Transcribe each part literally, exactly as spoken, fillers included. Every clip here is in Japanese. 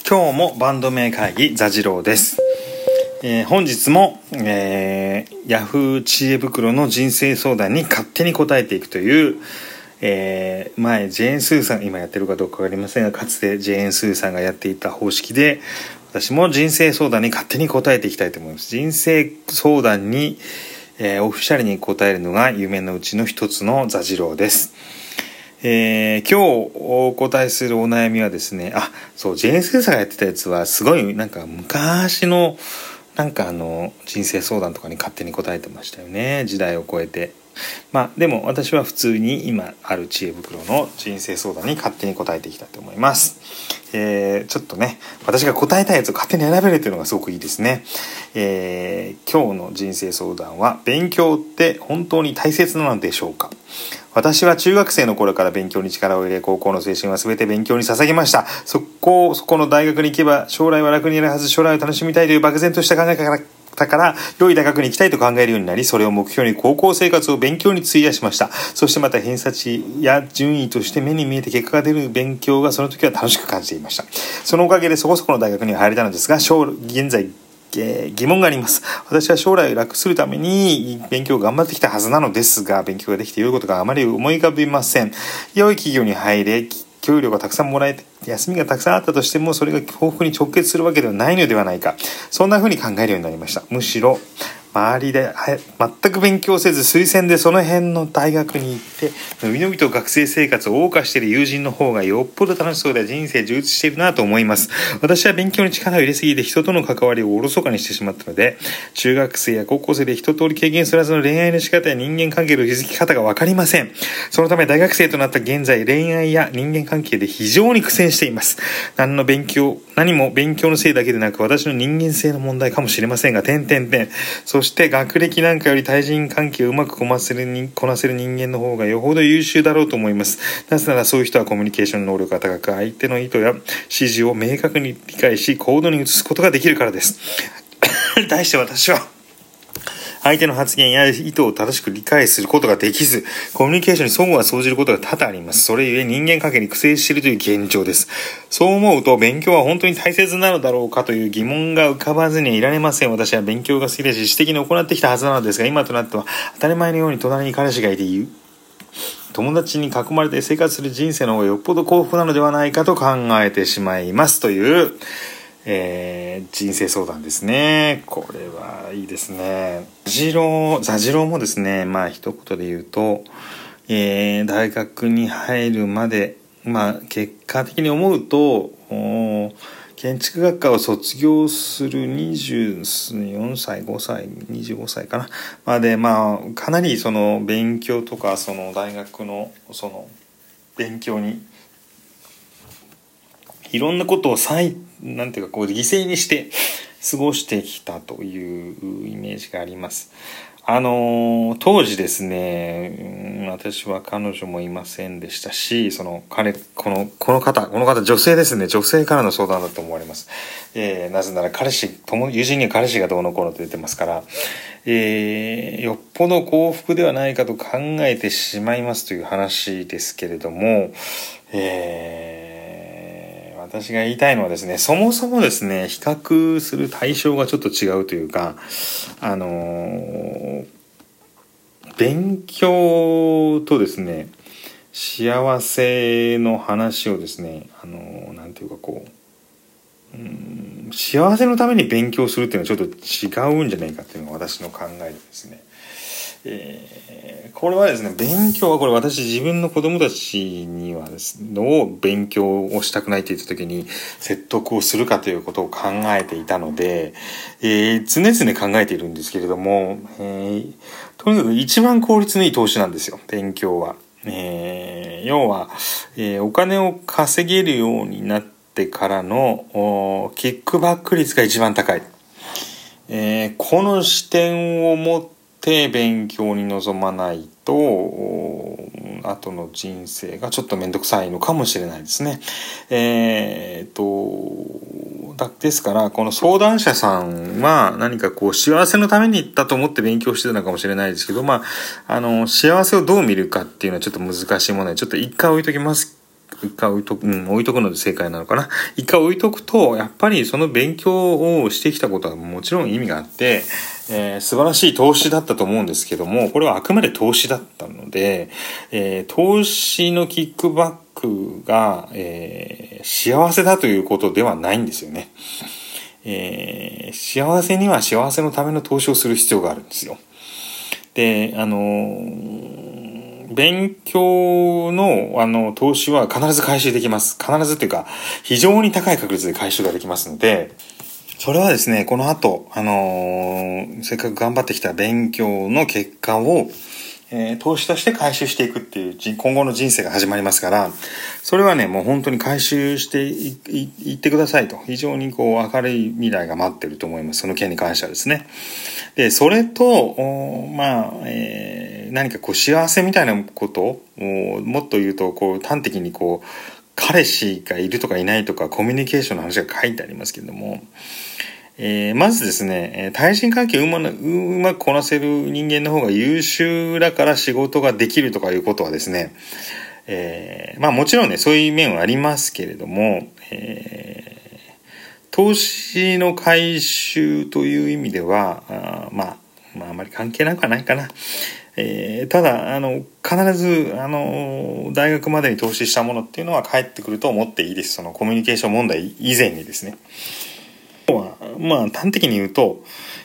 今日もバンド名会議座次郎です。えー、本日も、えー、ヤフー知恵袋の人生相談に勝手に答えていくという、えー、前ジェーン・スーさん、今やってるかどうか分かりませんが、かつてジェーン・スーさんがやっていた方式で、私も人生相談に勝手に答えていきたいと思います。人生相談に、えー、オフィシャルに答えるのが夢のうちの一つの座次郎です。えー、今日お答えするお悩みはですね、あ、そう、ジェーン・スーさんがやってたやつはすごいなんか昔のなんかあの人生相談とかに勝手に答えてましたよね、時代を超えて。まあでも私は普通に今ある知恵袋の人生相談に勝手に答えていきたいと思います。えー、ちょっとね、私が答えたいやつを勝手に選べるというのがすごくいいですね。えー、今日の人生相談は、勉強って本当に大切なのでしょうか。私は中学生の頃から勉強に力を入れ、高校の青春は全て勉強に捧げました。そこそこの大学に行けば将来は楽になるはず、将来を楽しみたいという漠然とした考えからだから良い大学に行きたいと考えるようになり、それを目標に高校生活を勉強に費やしました。そしてまた偏差値や順位として目に見えて結果が出る勉強がその時は楽しく感じていました。そのおかげでそこそこの大学には入れたのですが、現在疑問があります。私は将来を楽するために勉強を頑張ってきたはずなのですが、勉強ができていることがあまり思い浮かびません。良い企業に入れ、給料がたくさんもらえて、休みがたくさんあったとしても、それが幸福に直結するわけではないのではないか、そんな風に考えるようになりました。むしろ周りで全く勉強せず推薦でその辺の大学に行ってのびのびと学生生活を謳歌している友人の方がよっぽど楽しそうで人生充実しているなと思います。私は勉強に力を入れすぎて人との関わりをおろそかにしてしまったので、中学生や高校生で一通り経験するはずの恋愛の仕方や人間関係の築き方が分かりません。そのため大学生となった現在、恋愛や人間関係で非常に苦戦しています。何の勉強何も勉強のせいだけでなく、私の人間性の問題かもしれませんが、点々点そして学歴なんかより対人関係をうまくこなせる人こなせる人間の方がよほど優秀だろうと思います。なぜならそういう人はコミュニケーション能力が高く、相手の意図や指示を明確に理解し行動に移すことができるからです。対して私は相手の発言や意図を正しく理解することができず、コミュニケーションに齟齬が生じることが多々あります。それゆえ人間関係に苦戦しているという現状です。そう思うと、勉強は本当に大切なのだろうかという疑問が浮かばずにはいられません。私は勉強が好きで自主的に行ってきたはずなのですが、今となっては当たり前のように隣に彼氏がいて言う友達に囲まれて生活する人生の方がよっぽど幸福なのではないかと考えてしまいますという、えー、人生相談ですね。これはいいですね。座次郎、座次郎もですね、まあ一言で言うと、えー、大学に入るまで、まあ結果的に思うと、建築学科を卒業するにじゅうよんさい、ごさい、にじゅうごさいかな。まあで、まあかなりその勉強とかその大学のその勉強にいろんなことを再なんていうかこう犠牲にして過ごしてきたというイメージがあります。あの当時ですね、私は彼女もいませんでしたし、その彼このこの方この方女性ですね。女性からの相談だと思われます。えー、なぜなら彼氏友友人には彼氏がどうのこうのと出てますから、えー、よっぽど幸福ではないかと考えてしまいますという話ですけれども、えー私が言いたいのはですね、そもそもですね、比較する対象がちょっと違うというか、あのー、勉強とですね、幸せの話をですね、あのー、なんていうかこう、うーん、幸せのために勉強するっていうのはちょっと違うんじゃないかっていうのが私の考えですね。えー、これはですね、勉強はこれ私自分の子供たちにはですね、どう勉強をしたくないって言った時に説得をするかということを考えていたので、えー、常々考えているんですけれども、えー、とにかく一番効率のいい投資なんですよ、勉強は。えー、要は、えー、お金を稼げるようになってからのキックバック率が一番高い。えー、この視点を持ってで勉強に臨まないと後の人生がちょっとめんどくさいのかもしれないですね。えー、っとだですからこの相談者さんは何かこう幸せのためにだと思って勉強してたのかもしれないですけど、まああの幸せをどう見るかっていうのはちょっと難しいものでちょっと一回置いときます一回置いとく、うん、置いとくので正解なのかな。一回置いとくと、やっぱりその勉強をしてきたことはもちろん意味があって、えー、素晴らしい投資だったと思うんですけども、これはあくまで投資だったので、えー、投資のキックバックが、えー、幸せだということではないんですよね。えー、幸せには幸せのための投資をする必要があるんですよ。で、あのー、勉強の、あの、投資は必ず回収できます。必ずというか、非常に高い確率で回収ができますので、それはですね、この後、あのー、せっかく頑張ってきた勉強の結果を、えー、投資として回収していくっていう今後の人生が始まりますから、それはね、もう本当に回収してい、い、いってくださいと。非常にこう明るい未来が待ってると思います。その件に関してはですね。で、それと、まあ、えー、何かこう幸せみたいなことを、もっと言うと、こう端的にこう、彼氏がいるとかいないとかコミュニケーションの話が書いてありますけれども、えー、まずですね、対人関係をうまうまくこなせる人間の方が優秀だから仕事ができるとかいうことはですね、えー、まあもちろんね、そういう面はありますけれども、えー、投資の回収という意味では、あまあ、まああまり関係なくはないかな。えー、ただ、あの、必ず、あの、大学までに投資したものっていうのは返ってくると思っていいです。そのコミュニケーション問題以前にですね。まあ端的に言うと、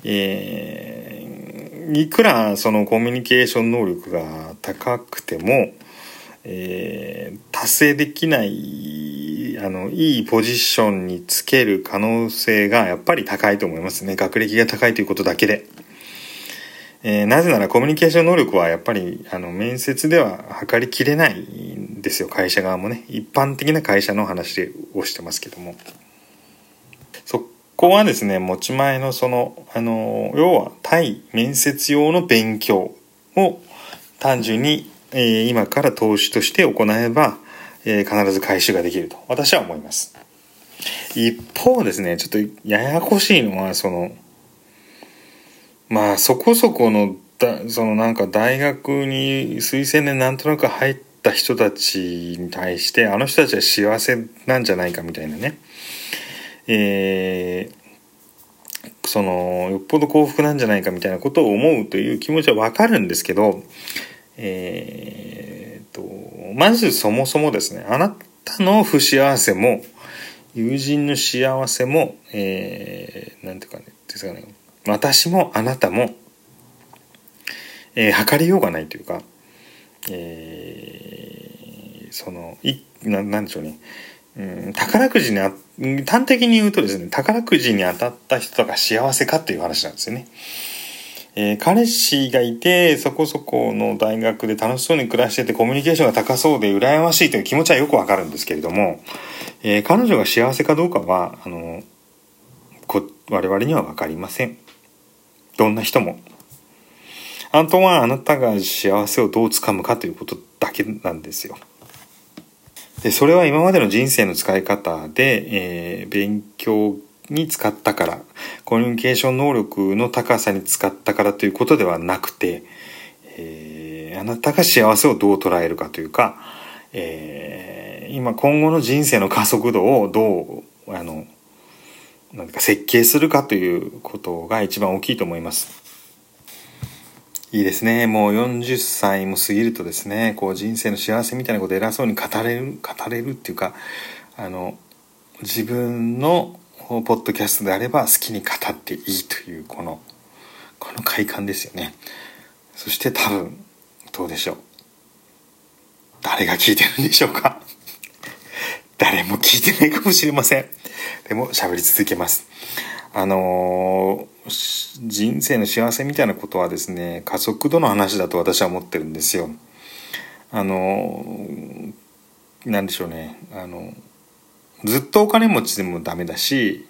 えー、いくらそのコミュニケーション能力が高くても、えー、達成できないあのいいポジションにつける可能性がやっぱり高いと思いますね。学歴が高いということだけで、えー、なぜならコミュニケーション能力はやっぱりあの面接では測りきれないんですよ。会社側もね、一般的な会社の話をしてますけども、そここはですね、持ち前のその、あの、要は対面接用の勉強を単純に、えー、今から投資として行えば、えー、必ず回収ができると私は思います。一方ですね、ちょっとややこしいのは、その、まあそこそこの、だそのなんか大学に推薦でなんとなく入った人たちに対して、あの人たちは幸せなんじゃないかみたいなね。えー、そのよっぽど幸福なんじゃないかみたいなことを思うという気持ちはわかるんですけど、えー、とまずそもそもですね、あなたの不幸せも友人の幸せも、えー、なんていうかね、ですかね、私もあなたも、えー、測りようがないというか、えー、そのいななんでしょうね。うん、宝くじにあ端的に言うとですね、宝くじに当たった人が幸せかという話なんですよね。えー、彼氏がいてそこそこの大学で楽しそうに暮らしててコミュニケーションが高そうで羨ましいという気持ちはよくわかるんですけれども、えー、彼女が幸せかどうかはあのこ我々には分かりません。どんな人も。あとはあなたが幸せをどうつかむかということだけなんですよ。でそれは今までの人生の使い方で、えー、勉強に使ったから、コミュニケーション能力の高さに使ったからということではなくて、えー、あなたが幸せをどう捉えるかというか、えー、今今後の人生の加速度をどうあのなんか設計するかということが一番大きいと思います。いいですね。もうよんじゅっさいも過ぎるとですね、こう人生の幸せみたいなことを偉そうに語れる語れるっていうか、あの自分のポッドキャストであれば好きに語っていいというこのこの快感ですよね。そして多分どうでしょう。誰が聞いてるんでしょうか。誰も聞いてないかもしれません。でも喋り続けます。あのー、人生の幸せみたいなことはですね、加速度の話だと私は思ってるんですよ。あのー、なんでしょうね、あのずっとお金持ちでもダメだし、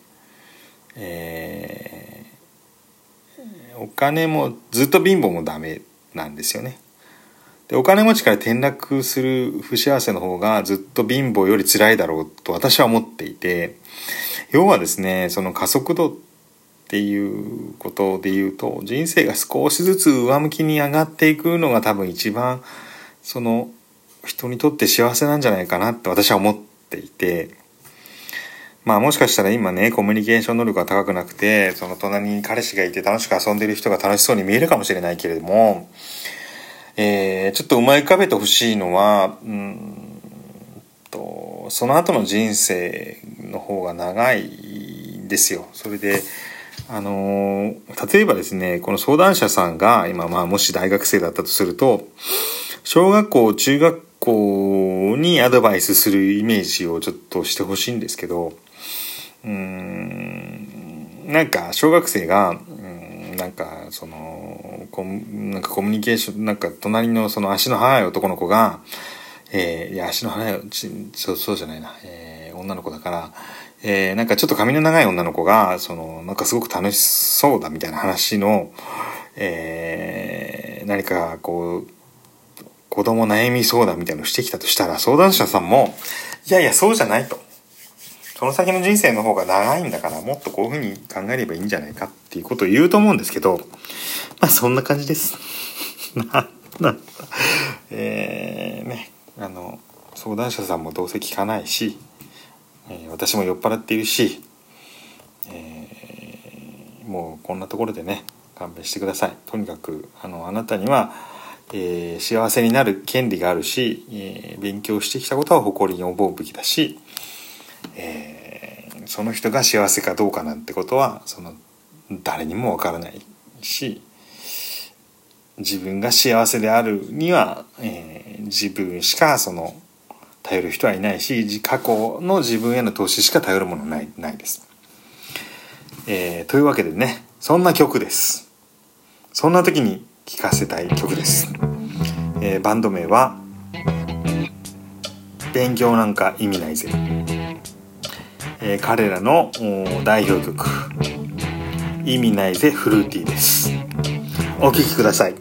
えー、お金もずっと貧乏もダメなんですよね。でお金持ちから転落する不幸せの方がずっと貧乏より辛いだろうと私は思っていて、要はですね、その加速度っていうことで言うと、人生が少しずつ上向きに上がっていくのが多分一番その人にとって幸せなんじゃないかなって私は思っていて、まあもしかしたら今ねコミュニケーション能力が高くなくて、その隣に彼氏がいて楽しく遊んでる人が楽しそうに見えるかもしれないけれども、えー、ちょっと思い浮かべてほしいのは、うーんとその後の人生の方が長いんですよ。それであのー、例えばですね、この相談者さんが今、まあ、もし大学生だったとすると、小学校中学校にアドバイスするイメージをちょっとしてほしいんですけど、うーんなんか小学生がうんなんかそのコなんかコミュニケーションなんか隣のその足の速い男の子が、えー、いや足の速いそうそうじゃないな、えー、女の子だから、えー、なんかちょっと髪の長い女の子がそのなんかすごく楽しそうだみたいな話の、えー、何かこう子供悩み相談みたいなのをしてきたとしたら、相談者さんもいやいやそうじゃないと、その先の人生の方が長いんだからもっとこういうふうに考えればいいんじゃないかっていうことを言うと思うんですけど、まあそんな感じですななえー、ねあの相談者さんもどうせ聞かないし、えー、私も酔っ払っているし、えー、もうこんなところでね勘弁してください。とにかくあのあなたには、えー、幸せになる権利があるし、えー、勉強してきたことは誇りに思うべきだし、えー、その人が幸せかどうかなんてことはその誰にもわからないし、自分が幸せであるには、えー、自分しかその頼る人はいないし、過去の自分への投資しか頼るものない、ないです、えー、というわけでね、そんな曲です。そんな時に聴かせたい曲です、えー、バンド名は勉強なんか意味ないぜ、えー、彼らの代表曲意味ないぜフルーティーです。お聴きください。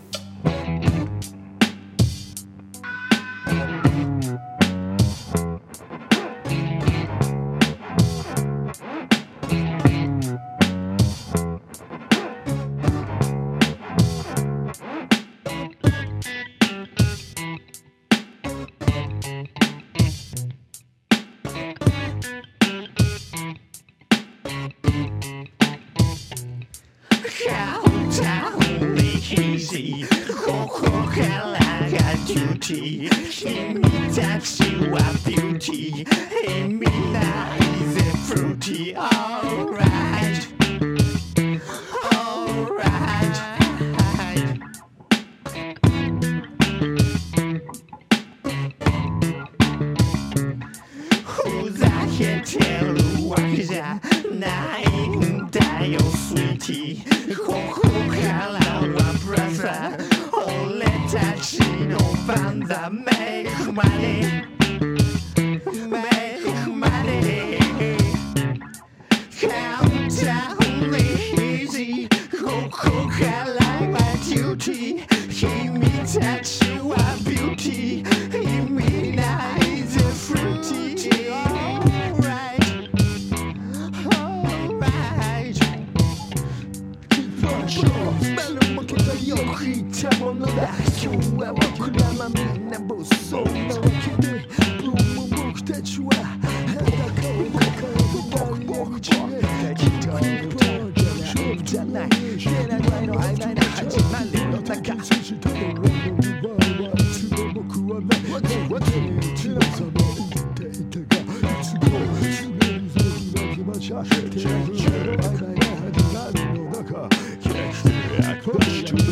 ここからがデューティー、君たちはビューティー、意味ないぜフルーティー、 alright alright、 ふざけてるわけじゃないんだよスイーティー、ここからはブラザー、俺たちの番だ、メイクマネーメイクマネー、カウンタウンでイージー、ここからはデューティー、君たちはビューティー、意味ないぜフルーティー、よく言ったものだ、今日は僕らはみんなボス、そんなわけでどうも僕たちは戦う中で僕僕ちへきっと一歩勝負じゃない、出ないぐらいの曖昧な始まりの中、そして俺の奪いはいつも僕はない私ちなさま言っていたが、いつも常にそれだけ間違っている曖昧な始まりの中、Push to